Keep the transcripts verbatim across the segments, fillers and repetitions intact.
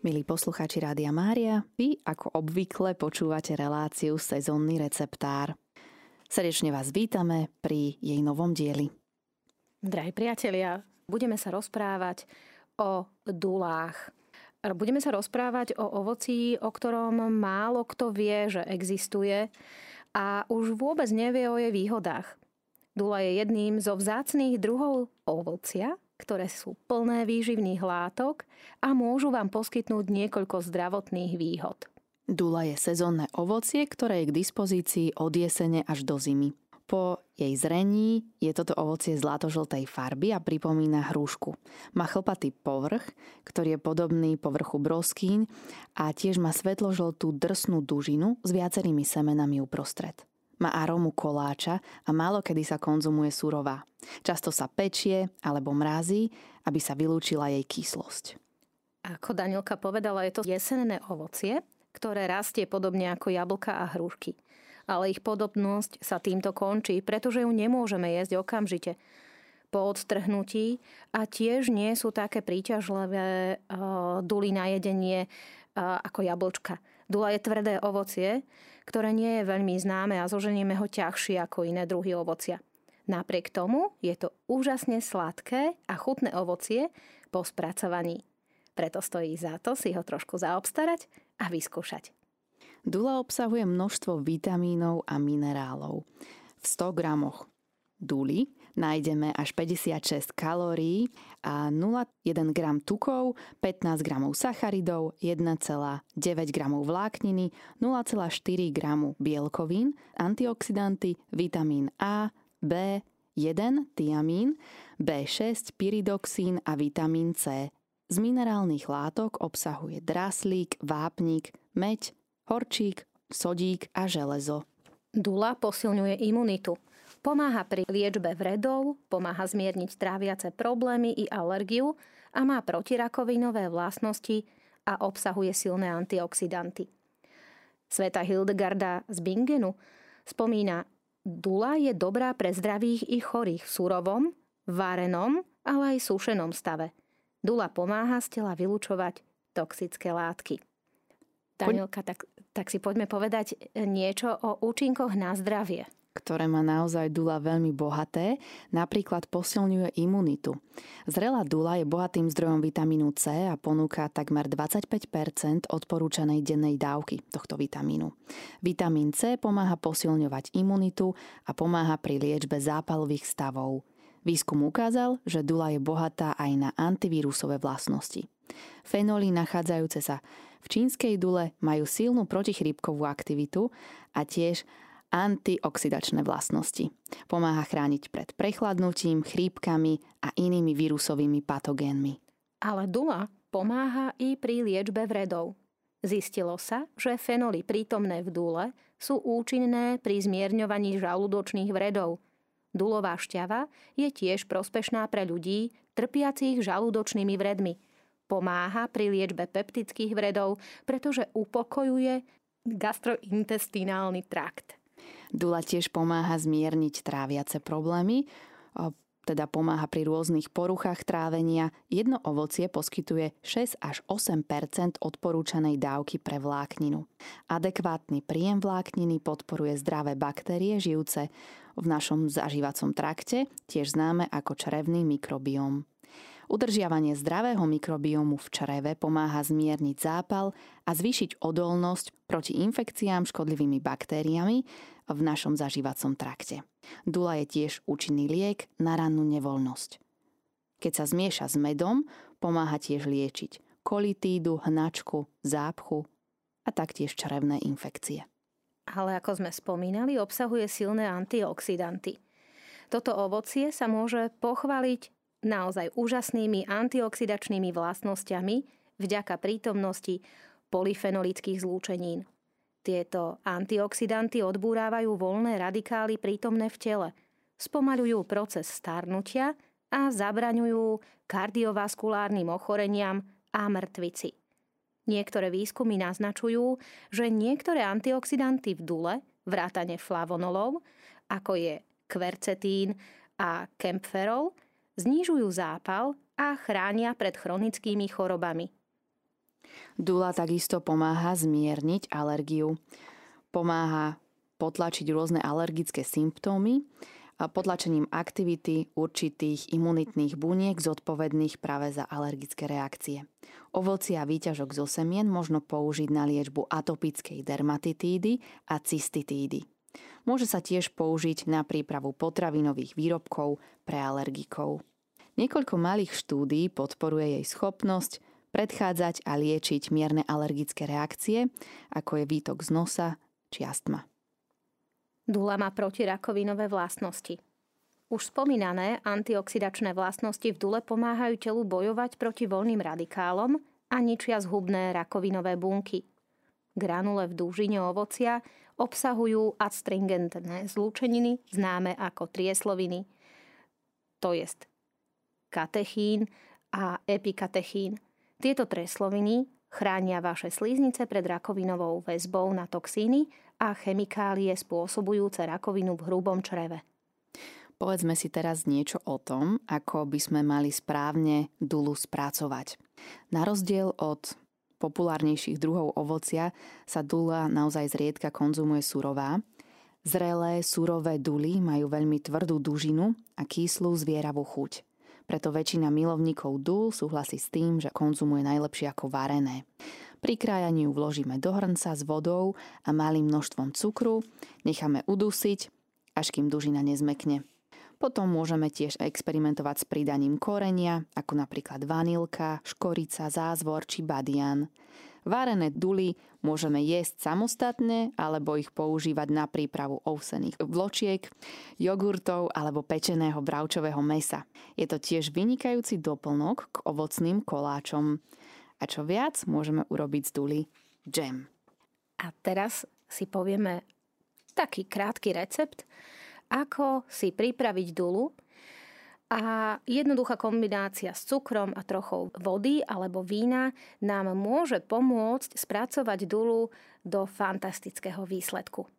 Milí poslucháči Rádia Mária, vy ako obvykle počúvate reláciu Sezónny receptár. Srdečne vás vítame pri jej novom dieli. Drahí priatelia, budeme sa rozprávať o dulách. Budeme sa rozprávať o ovocí, o ktorom málo kto vie, že existuje a už vôbec nevie o jej výhodách. Dula je jedným zo vzácnych druhov ovocia, ktoré sú plné výživných látok a môžu vám poskytnúť niekoľko zdravotných výhod. Dula je sezónne ovocie, ktoré je k dispozícii od jesene až do zimy. Po jej zrení je toto ovocie zlatožltej farby a pripomína hrušku. Má chlpatý povrch, ktorý je podobný povrchu broskýň a tiež má svetložltú drsnú dužinu s viacerými semenami uprostred. Má arómu koláča a málo kedy sa konzumuje surová. Často sa pečie alebo mrazí, aby sa vylúčila jej kyslosť. Ako Danielka povedala, je to jesenné ovocie, ktoré rastie podobne ako jablka a hrušky. Ale ich podobnosť sa týmto končí, pretože ju nemôžeme jesť okamžite po odstrhnutí a tiež nie sú také príťažlivé uh, duly na jedenie uh, ako jablčka. Dula je tvrdé ovocie, ktoré nie je veľmi známe a zoženieme ho ťažšie ako iné druhy ovocia. Napriek tomu je to úžasne sladké a chutné ovocie po spracovaní. Preto stojí za to si ho trošku zaobstarať a vyskúšať. Dula obsahuje množstvo vitamínov a minerálov. V sto gramoch duly nájdeme až päťdesiatšesť kalórií a nula celá jeden gram tukov, pätnásť gramov sacharidov, jeden celá deväť gramov vlákniny, nula celá štyri gramu bielkovín, antioxidanty, vitamín A, bé jeden, tiamín, bé šesť, pyridoxín a vitamín C. Z minerálnych látok obsahuje draslík, vápnik, meď, horčík, sodík a železo. Dula posilňuje imunitu. Pomáha pri liečbe vredov, pomáha zmierniť tráviace problémy i alergiu a má protirakovinové vlastnosti a obsahuje silné antioxidanty. Sveta Hildegarda z Bingenu spomína, dula je dobrá pre zdravých i chorých v surovom, varenom, ale aj sušenom stave. Dula pomáha z tela vylučovať toxické látky. Danielka, tak, tak si poďme povedať niečo o účinkoch na zdravie. Ktoré má naozaj dula veľmi bohaté, napríklad posilňuje imunitu. Zrelá dula je bohatým zdrojom vitamínu C a ponúka takmer dvadsaťpäť percent odporúčanej dennej dávky tohto vitamínu. Vitamín C pomáha posilňovať imunitu a pomáha pri liečbe zápalových stavov. Výskum ukázal, že dula je bohatá aj na antivírusové vlastnosti. Fenoly nachádzajúce sa v čínskej dule majú silnú protichrípkovú aktivitu a tiež antioxidačné vlastnosti. Pomáha chrániť pred prechladnutím, chrípkami a inými vírusovými patogénmi. Ale dula pomáha i pri liečbe vredov. Zistilo sa, že fenoly prítomné v dule sú účinné pri zmierňovaní žalúdočných vredov. Dulová šťava je tiež prospešná pre ľudí trpiacich žalúdočnými vredmi. Pomáha pri liečbe peptických vredov, pretože upokojuje gastrointestinálny trakt. Dula tiež pomáha zmierniť tráviace problémy, teda pomáha pri rôznych poruchách trávenia. Jedno ovocie poskytuje šesť až osem percent odporúčanej dávky pre vlákninu. Adekvátny príjem vlákniny podporuje zdravé baktérie žijúce v našom zažívacom trakte, tiež známe ako črevný mikrobióm. Udržiavanie zdravého mikrobiomu v čreve pomáha zmierniť zápal a zvýšiť odolnosť proti infekciám škodlivými baktériami v našom zažívacom trakte. Dula je tiež účinný liek na rannú nevoľnosť. Keď sa zmieša s medom, pomáha tiež liečiť kolitídu, hnačku, zápchu a taktiež črevné infekcie. Ale ako sme spomínali, obsahuje silné antioxidanty. Toto ovocie sa môže pochváliť naozaj úžasnými antioxidačnými vlastnosťami vďaka prítomnosti polyfenolických zlúčenín. Tieto antioxidanty odbúrávajú voľné radikály prítomné v tele, spomaľujú proces starnutia a zabraňujú kardiovaskulárnym ochoreniam a mŕtvici. Niektoré výskumy naznačujú, že niektoré antioxidanty v dule, vrátane flavonolov, ako je kvercetín a kempferol, znižujú zápal a chránia pred chronickými chorobami. Dula takisto pomáha zmierniť alergiu. Pomáha potlačiť rôzne alergické symptómy a potlačením aktivity určitých imunitných buniek zodpovedných práve za alergické reakcie. Ovocie a výťažok zo semien možno použiť na liečbu atopickej dermatitídy a cystitídy. Môže sa tiež použiť na prípravu potravinových výrobkov pre alergikov. Niekoľko malých štúdií podporuje jej schopnosť predchádzať a liečiť mierne alergické reakcie, ako je výtok z nosa či astma. Dula má protirakovinové vlastnosti. Už spomínané antioxidačné vlastnosti v dule pomáhajú telu bojovať proti voľným radikálom a ničia zhubné rakovinové bunky. Granule v dúžine ovocia obsahujú adstringentné zlúčeniny známe ako triesloviny, to jest katechín a epikatechín. Tieto triesloviny chránia vaše slíznice pred rakovinovou väzbou na toxíny a chemikálie spôsobujúce rakovinu v hrubom čreve. Povedzme si teraz niečo o tom, ako by sme mali správne dulu spracovať. Na rozdiel od populárnejších druhov ovocia sa dula naozaj zriedka konzumuje surová. Zrelé, surové duly majú veľmi tvrdú dužinu a kyslú zvieravú chuť. Preto väčšina milovníkov dúl súhlasí s tým, že konzumuje najlepšie ako varené. Pri krájaní ju vložíme do hrnca s vodou a malým množstvom cukru, necháme udusiť, až kým dužina nezmekne. Potom môžeme tiež experimentovať s pridaním korenia, ako napríklad vanilka, škorica, zázvor či badian. Varené duly môžeme jesť samostatne alebo ich používať na prípravu ovsených vločiek, jogurtov alebo pečeného bravčového mäsa. Je to tiež vynikajúci doplnok k ovocným koláčom. A čo viac, môžeme urobiť z duly džem. A teraz si povieme taký krátky recept, ako si pripraviť dulu. A jednoduchá kombinácia s cukrom a trochou vody alebo vína nám môže pomôcť spracovať dulu do fantastického výsledku.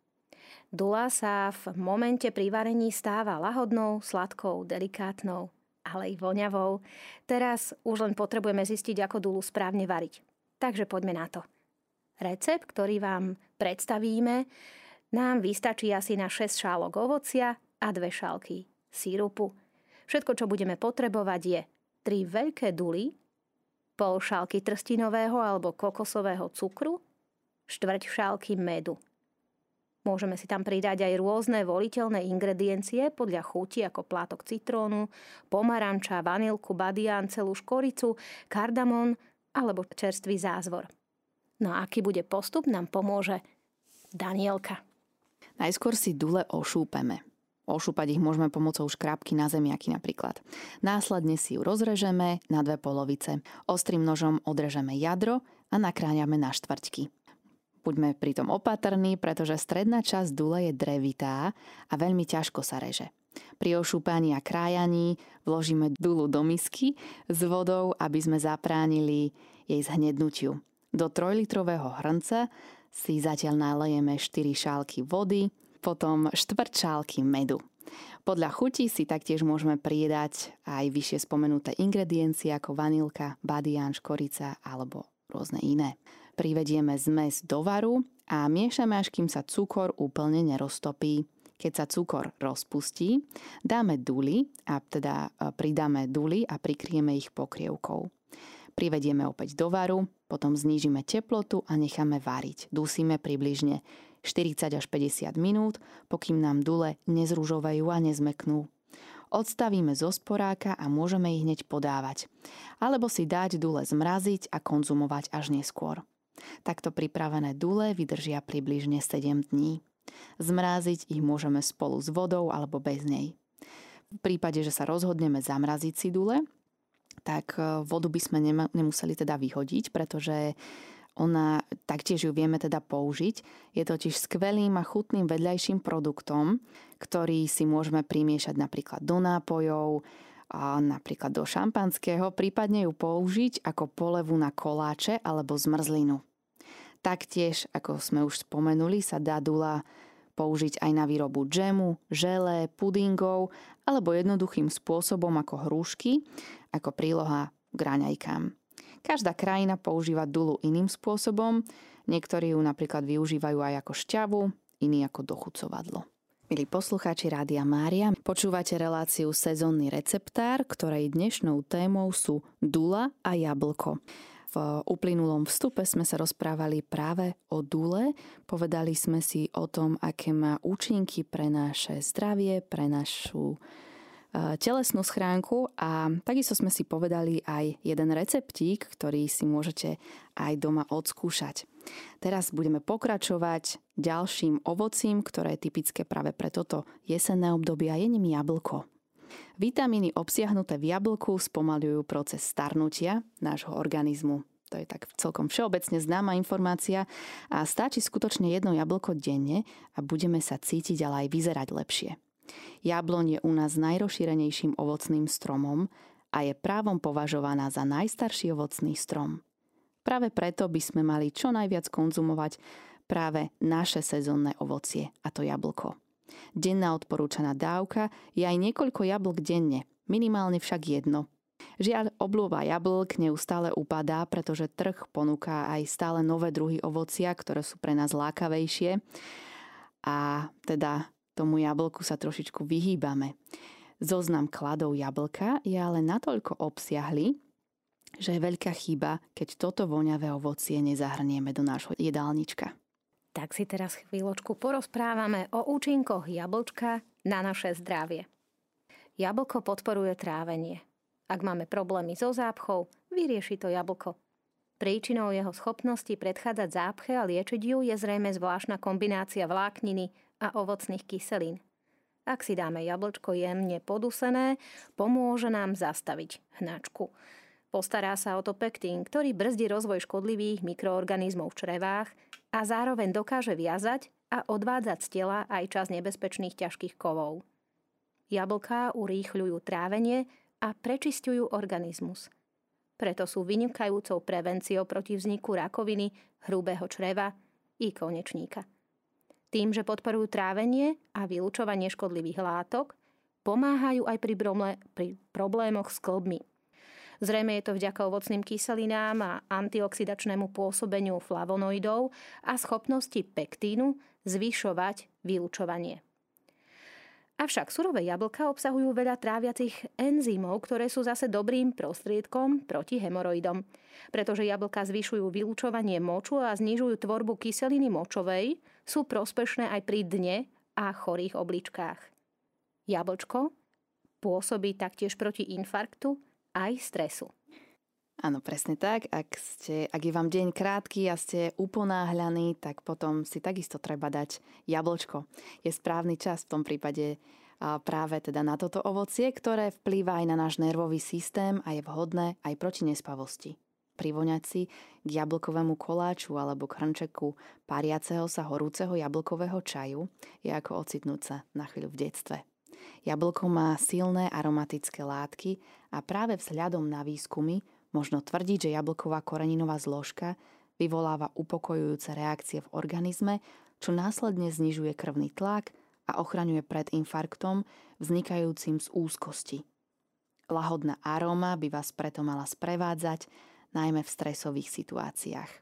Dula sa v momente pri varení stáva lahodnou, sladkou, delikátnou, ale i voňavou. Teraz už len potrebujeme zistiť, ako dulu správne variť. Takže poďme na to. Recept, ktorý vám predstavíme, nám vystačí asi na šesť šálok ovocia a dve šálky sírupu. Všetko, čo budeme potrebovať, je tri veľké duly, pol šálky trstinového alebo kokosového cukru, štvrť šálky medu. Môžeme si tam pridať aj rôzne voliteľné ingrediencie podľa chuti, ako plátok citrónu, pomaranča, vanilku, badián, celú škoricu, kardamón alebo čerstvý zázvor. No a aký bude postup, nám pomôže Danielka. Najskôr si dule ošúpeme. Ošúpať ich môžeme pomocou škrábky na zemiaky napríklad. Následne si ju rozrežeme na dve polovice. Ostrým nožom odrežeme jadro a nakráňame na štvrťky. Buďme pritom opatrní, pretože stredná časť dule je drevitá a veľmi ťažko sa reže. Pri ošúpaní a krájaní vložíme dulu do misky s vodou, aby sme zapránili jej zhnednutiu. Do trojlitrového hrnca si zatiaľ nalejeme štyri šálky vody, potom štvrť šálky medu. Podľa chuti si taktiež môžeme pridať aj vyššie spomenuté ingrediencie ako vanilka, badián, škorica alebo rôzne iné. Privedieme zmes do varu a miešame, až kým sa cukor úplne neroztopí. Keď sa cukor rozpustí, dáme duly a teda pridáme duly a prikryjeme ich pokrievkou. Privedieme opäť do varu, potom znížime teplotu a necháme variť. Dusíme približne štyridsať až päťdesiat minút, pokým nám dule nezružovajú a nezmeknú. Odstavíme zo sporáka a môžeme ich hneď podávať. Alebo si dať dule zmraziť a konzumovať až neskôr. Takto pripravené dule vydržia približne sedem dní. Zmráziť ich môžeme spolu s vodou alebo bez nej. V prípade, že sa rozhodneme zamraziť si dule, tak vodu by sme nemuseli teda vyhodiť, pretože ona, taktiež ju vieme teda použiť. Je totiž skvelým a chutným vedľajším produktom, ktorý si môžeme primiešať napríklad do nápojov, a napríklad do šampanského, prípadne ju použiť ako polevu na koláče alebo zmrzlinu. Taktiež, ako sme už spomenuli, sa dá dula použiť aj na výrobu džemu, želé, pudingov alebo jednoduchým spôsobom ako hrušky, ako príloha k raňajkám. Každá krajina používa dulu iným spôsobom. Niektorí ju napríklad využívajú aj ako šťavu, iní ako dochucovadlo. Milí poslucháči Rádia Mária, počúvate reláciu Sezónny receptár, ktorej dnešnou témou sú dula a jablko. V uplynulom vstupe sme sa rozprávali práve o dule. Povedali sme si o tom, aké má účinky pre naše zdravie, pre našu telesnú schránku a takisto sme si povedali aj jeden receptík, ktorý si môžete aj doma odskúšať. Teraz budeme pokračovať ďalším ovocím, ktoré je typické práve pre toto jesenné obdobie a je ním jablko. Vitamíny obsiahnuté v jablku spomaľujú proces starnutia nášho organizmu. To je tak celkom všeobecne známa informácia a stačí skutočne jedno jablko denne a budeme sa cítiť, ale aj vyzerať lepšie. Jabloň je u nás najrozšírenejším ovocným stromom a je právom považovaná za najstarší ovocný strom. Práve preto by sme mali čo najviac konzumovať práve naše sezónne ovocie, a to jablko. Denná odporúčaná dávka je aj niekoľko jablk denne, minimálne však jedno. Žiaľ, obľúba jablk neustále upadá, pretože trh ponúka aj stále nové druhy ovocia, ktoré sú pre nás lákavejšie a teda tomu jablku sa trošičku vyhýbame. Zoznam kladov jablka je ale natoľko obsiahly, že je veľká chyba, keď toto voňavé ovocie nezahrnieme do nášho jedálnička. Tak si teraz chvíľočku porozprávame o účinkoch jablčka na naše zdravie. Jablko podporuje trávenie. Ak máme problémy so zápchou, vyrieši to jablko. Príčinou jeho schopnosti predchádzať zápche a liečiť ju je zrejme zvláštna kombinácia vlákniny a ovocných kyselín. Ak si dáme jablčko jemne podusené, pomôže nám zastaviť hnačku. Postará sa o to pektín, ktorý brzdí rozvoj škodlivých mikroorganizmov v črevách a zároveň dokáže viazať a odvádzať z tela aj časť nebezpečných ťažkých kovov. Jablká urýchľujú trávenie a prečisťujú organizmus. Preto sú vynikajúcou prevenciou proti vzniku rakoviny, hrubého čreva i konečníka. Tým, že podporujú trávenie a vylučovanie škodlivých látok, pomáhajú aj pri, bromle, pri problémoch s kĺbmi. Zrejme je to vďaka ovocným kyselinám a antioxidačnému pôsobeniu flavonoidov a schopnosti pektínu zvyšovať vylučovanie. Avšak surové jablká obsahujú veľa tráviacich enzymov, ktoré sú zase dobrým prostriedkom proti hemoroidom. Pretože jablká zvyšujú vylučovanie moču a znižujú tvorbu kyseliny močovej, sú prospešné aj pri dne a chorých obličkách. Jablčko pôsobí taktiež proti infarktu aj stresu. Áno, presne tak. Ak, ste, ak je vám deň krátky a ste uponáhľaní, tak potom si takisto treba dať jablčko. Je správny čas v tom prípade práve teda na toto ovocie, ktoré vplýva aj na náš nervový systém a je vhodné aj proti nespavosti. Privoňať si k jablkovému koláču alebo k hrnčeku pariaceho sa horúceho jablkového čaju je ako ocitnúť sa na chvíľu v detstve. Jablko má silné aromatické látky a práve vzhľadom na výskumy možno tvrdiť, že jablková koreninová zložka vyvoláva upokojujúce reakcie v organizme, čo následne znižuje krvný tlak a ochraňuje pred infarktom vznikajúcim z úzkosti. Lahodná aróma by vás preto mala sprevádzať, najmä v stresových situáciách.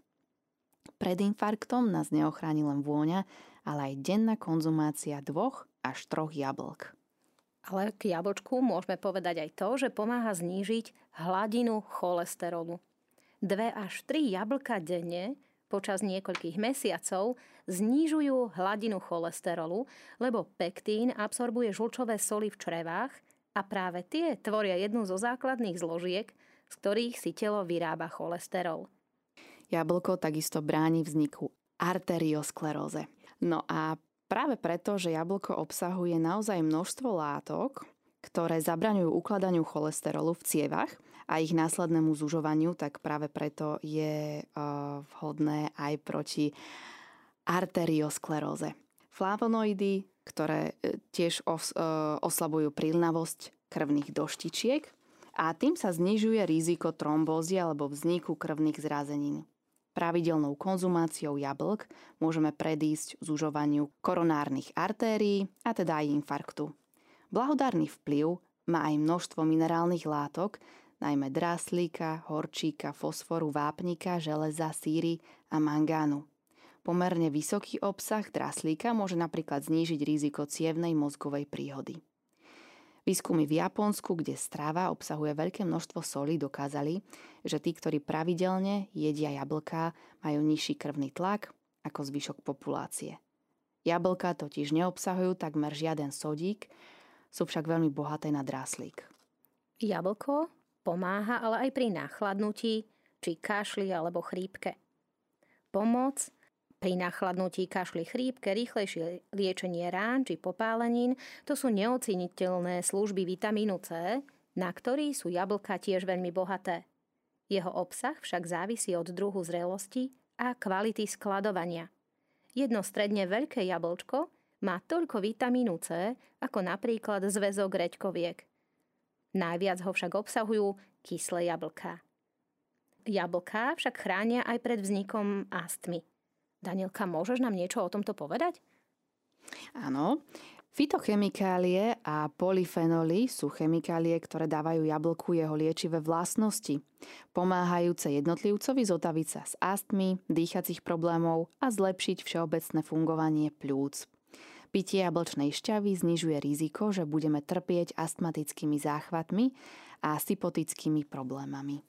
Pred infarktom nás neochráni len vôňa, ale aj denná konzumácia dvoch až troch jablk. Ale k jablčku môžeme povedať aj to, že pomáha znížiť hladinu cholesterolu. Dve až tri jablka denne počas niekoľkých mesiacov znižujú hladinu cholesterolu, lebo pektín absorbuje žlčové soly v črevách a práve tie tvoria jednu zo základných zložiek, z ktorých si telo vyrába cholesterol. Jablko takisto bráni vzniku arterioskleróze. No a práve preto, že jablko obsahuje naozaj množstvo látok, ktoré zabraňujú ukladaniu cholesterolu v cievach a ich následnému zužovaniu, tak práve preto je uh, vhodné aj proti arterioskleróze. Flavonoidy, ktoré tiež os, uh, oslabujú prílnavosť krvných doštičiek a tým sa znižuje riziko trombózy alebo vzniku krvných zrazenín. Pravidelnou konzumáciou jablk môžeme predísť zužovaniu koronárnych artérií a teda aj infarktu. Blahodárny vplyv má aj množstvo minerálnych látok, najmä draslíka, horčíka, fosforu, vápnika, železa, síry a mangánu. Pomerne vysoký obsah draslíka môže napríklad znížiť riziko cievnej mozgovej príhody. Výskumy v Japonsku, kde strava obsahuje veľké množstvo soli, dokázali, že tí, ktorí pravidelne jedia jablká, majú nižší krvný tlak ako zvyšok populácie. Jablká totiž neobsahujú takmer žiaden sodík, sú však veľmi bohaté na draslík. Jablko pomáha ale aj pri nachladnutí, či kašli alebo chrípke. Pomoc pri nachladnutí, kašli, chrípke, rýchlejšie liečenie rán či popálenín, to sú neoceniteľné služby vitamínu C, na ktorý sú jablká tiež veľmi bohaté. Jeho obsah však závisí od druhu zrelosti a kvality skladovania. Jedno stredne veľké jablčko má toľko vitamínu C ako napríklad zväzok reďkoviek. Najviac ho však obsahujú kyslé jablká. Jablká však chránia aj pred vznikom astmy. Danielka, môžeš nám niečo o tomto povedať? Áno. Fytochemikálie a polyfenoly sú chemikálie, ktoré dávajú jablku jeho liečivé vlastnosti, pomáhajúce jednotlivcovi zotaviť sa z astmy, dýchacích problémov a zlepšiť všeobecné fungovanie pľúc. Pitie jablčnej šťavy znižuje riziko, že budeme trpieť astmatickými záchvatmi a sypotickými problémami.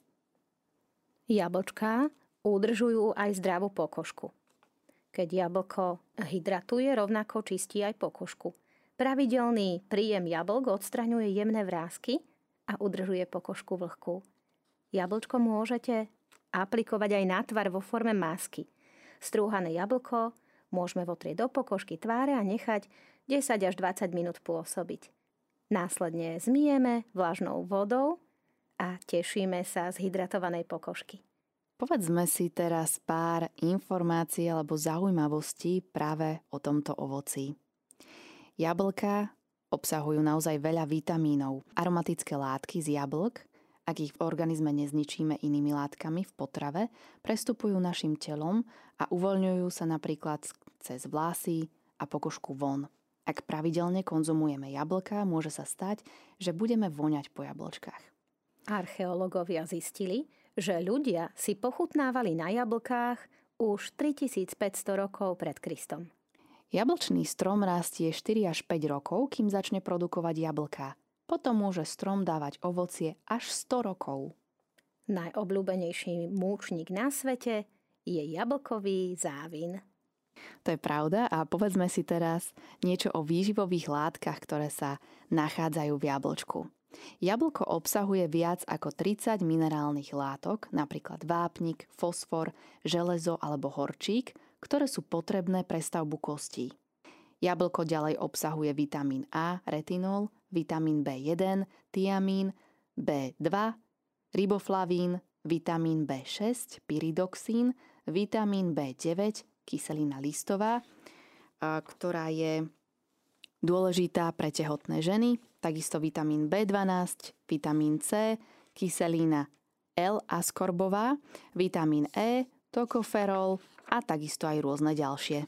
Jablčká udržujú aj zdravú pokožku. Keď jablko hydratuje, rovnako čistí aj pokožku. Pravidelný príjem jablk odstraňuje jemné vrásky a udržuje pokožku vlhkú. Jablčko môžete aplikovať aj na tvar vo forme masky. Strúhané jablko môžeme votrieť do pokožky tváre a nechať desať až dvadsať minút pôsobiť. Následne zmijeme vlažnou vodou a tešíme sa z hydratovanej pokožky. Povedzme si teraz pár informácií alebo zaujímavostí práve o tomto ovoci. Jablká obsahujú naozaj veľa vitamínov. Aromatické látky z jablk, ak ich v organizme nezničíme inými látkami v potrave, prestupujú našim telom a uvoľňujú sa napríklad cez vlasy a pokožku von. Ak pravidelne konzumujeme jablká, môže sa stať, že budeme voňať po jablčkách. Archeológovia zistili, že ľudia si pochutnávali na jablkách už tritisícpäťsto rokov pred Kristom. Jablčný strom rastie štyri až päť rokov, kým začne produkovať jablká. Potom môže strom dávať ovocie až sto rokov. Najobľúbenejší múčnik na svete je jablkový závin. To je pravda a povedzme si teraz niečo o výživových látkach, ktoré sa nachádzajú v jablčku. Jablko obsahuje viac ako tridsať minerálnych látok, napríklad vápnik, fosfor, železo alebo horčík, ktoré sú potrebné pre stavbu kostí. Jablko ďalej obsahuje vitamín A, retinol, vitamín bé jeden, tiamín, bé dva, riboflavín, vitamín bé šesť, pyridoxín, vitamín bé deväť, kyselina listová, ktorá je dôležitá pre tehotné ženy, takisto vitamín bé dvanásť, vitamín C, kyselina L-askorbová, vitamín E, tokoferol a takisto aj rôzne ďalšie.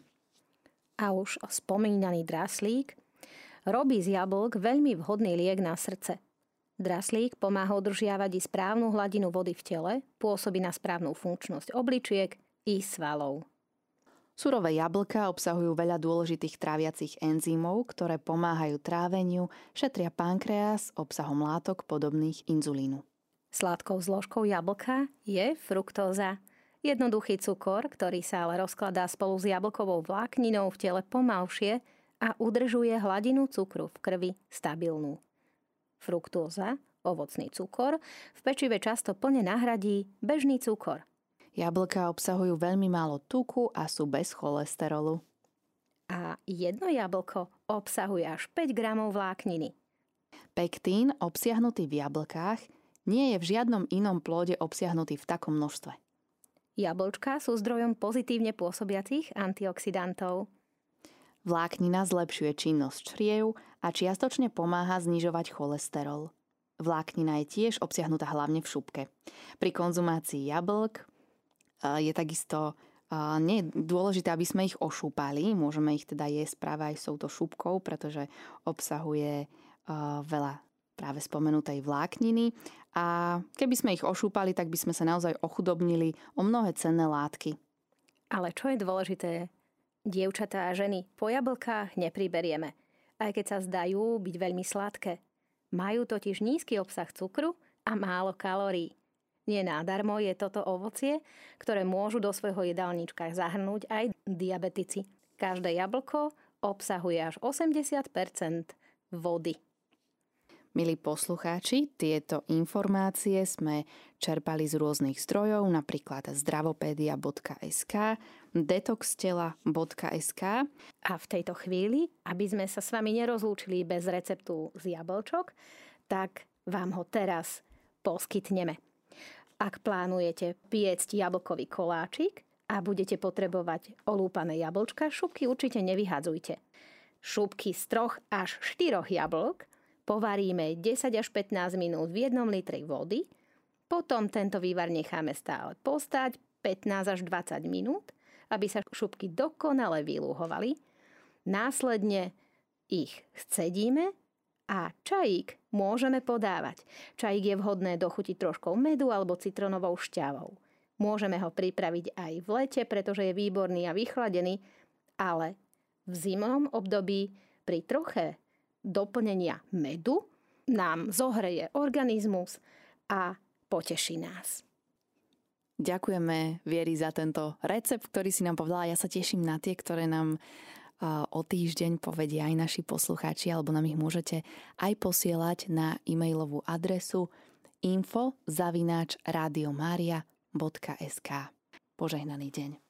A už spomínaný draslík robí z jablk veľmi vhodný liek na srdce. Draslík pomáha udržiavať i správnu hladinu vody v tele, pôsobí na správnu funkčnosť obličiek i svalov. Surové jablká obsahujú veľa dôležitých tráviacich enzymov, ktoré pomáhajú tráveniu, šetria pankreas obsahom látok podobných inzulínu. Sladkou zložkou jablka je fruktóza. Jednoduchý cukor, ktorý sa ale rozkladá spolu s jablkovou vlákninou v tele pomalšie a udržuje hladinu cukru v krvi stabilnú. Fruktóza, ovocný cukor, v pečive často plne nahradí bežný cukor. Jablká obsahujú veľmi málo tuku a sú bez cholesterolu. A jedno jablko obsahuje až päť gramov vlákniny. Pektín, obsiahnutý v jablkách, nie je v žiadnom inom plode obsiahnutý v takom množstve. Jablčká sú zdrojom pozitívne pôsobiacich antioxidantov. Vláknina zlepšuje činnosť čriev a čiastočne pomáha znižovať cholesterol. Vláknina je tiež obsiahnutá hlavne v šupke. Pri konzumácii jablk je takisto nie je dôležité, aby sme ich ošúpali. Môžeme ich teda jesť práve aj s touto šupkou, pretože obsahuje veľa práve spomenutej vlákniny. A keby sme ich ošúpali, tak by sme sa naozaj ochudobnili o mnohé cenné látky. Ale čo je dôležité, dievčatá a ženy, po jablkách nepriberieme, aj keď sa zdajú byť veľmi sladké. Majú totiž nízky obsah cukru a málo kalórií. Nie nádarmo je toto ovocie, ktoré môžu do svojho jedálnička zahrnúť aj diabetici. Každé jablko obsahuje až osemdesiat percent vody. Milí poslucháči, tieto informácie sme čerpali z rôznych zdrojov, napríklad zdravopédia bodka es ká, detoxtela bodka es ká. A v tejto chvíli, aby sme sa s vami nerozlúčili bez receptu z jablčok, tak vám ho teraz poskytneme. Ak plánujete piecť jablkový koláčik a budete potrebovať olúpané jablčka, šupky určite nevyhadzujte. Šupky z troch až štyroch jablok povaríme desať až pätnásť minút v jednom litri vody, potom tento vývar necháme stále postať pätnásť až dvadsať minút, aby sa šupky dokonale vylúhovali. Následne ich scedíme a čajík môžeme podávať. Čajík je vhodné dochutiť troškou medu alebo citronovou šťavou. Môžeme ho pripraviť aj v lete, pretože je výborný a vychladený, ale v zimnom období pri troche doplnenia medu nám zohreje organizmus a poteší nás. Ďakujeme, Vieri, za tento recept, ktorý si nám povedala. Ja sa teším na tie, ktoré nám o týždeň povedia aj naši poslucháči, alebo nám ich môžete aj posielať na e-mailovú adresu info zavináč radiomaria bodka es ká. Požehnaný deň.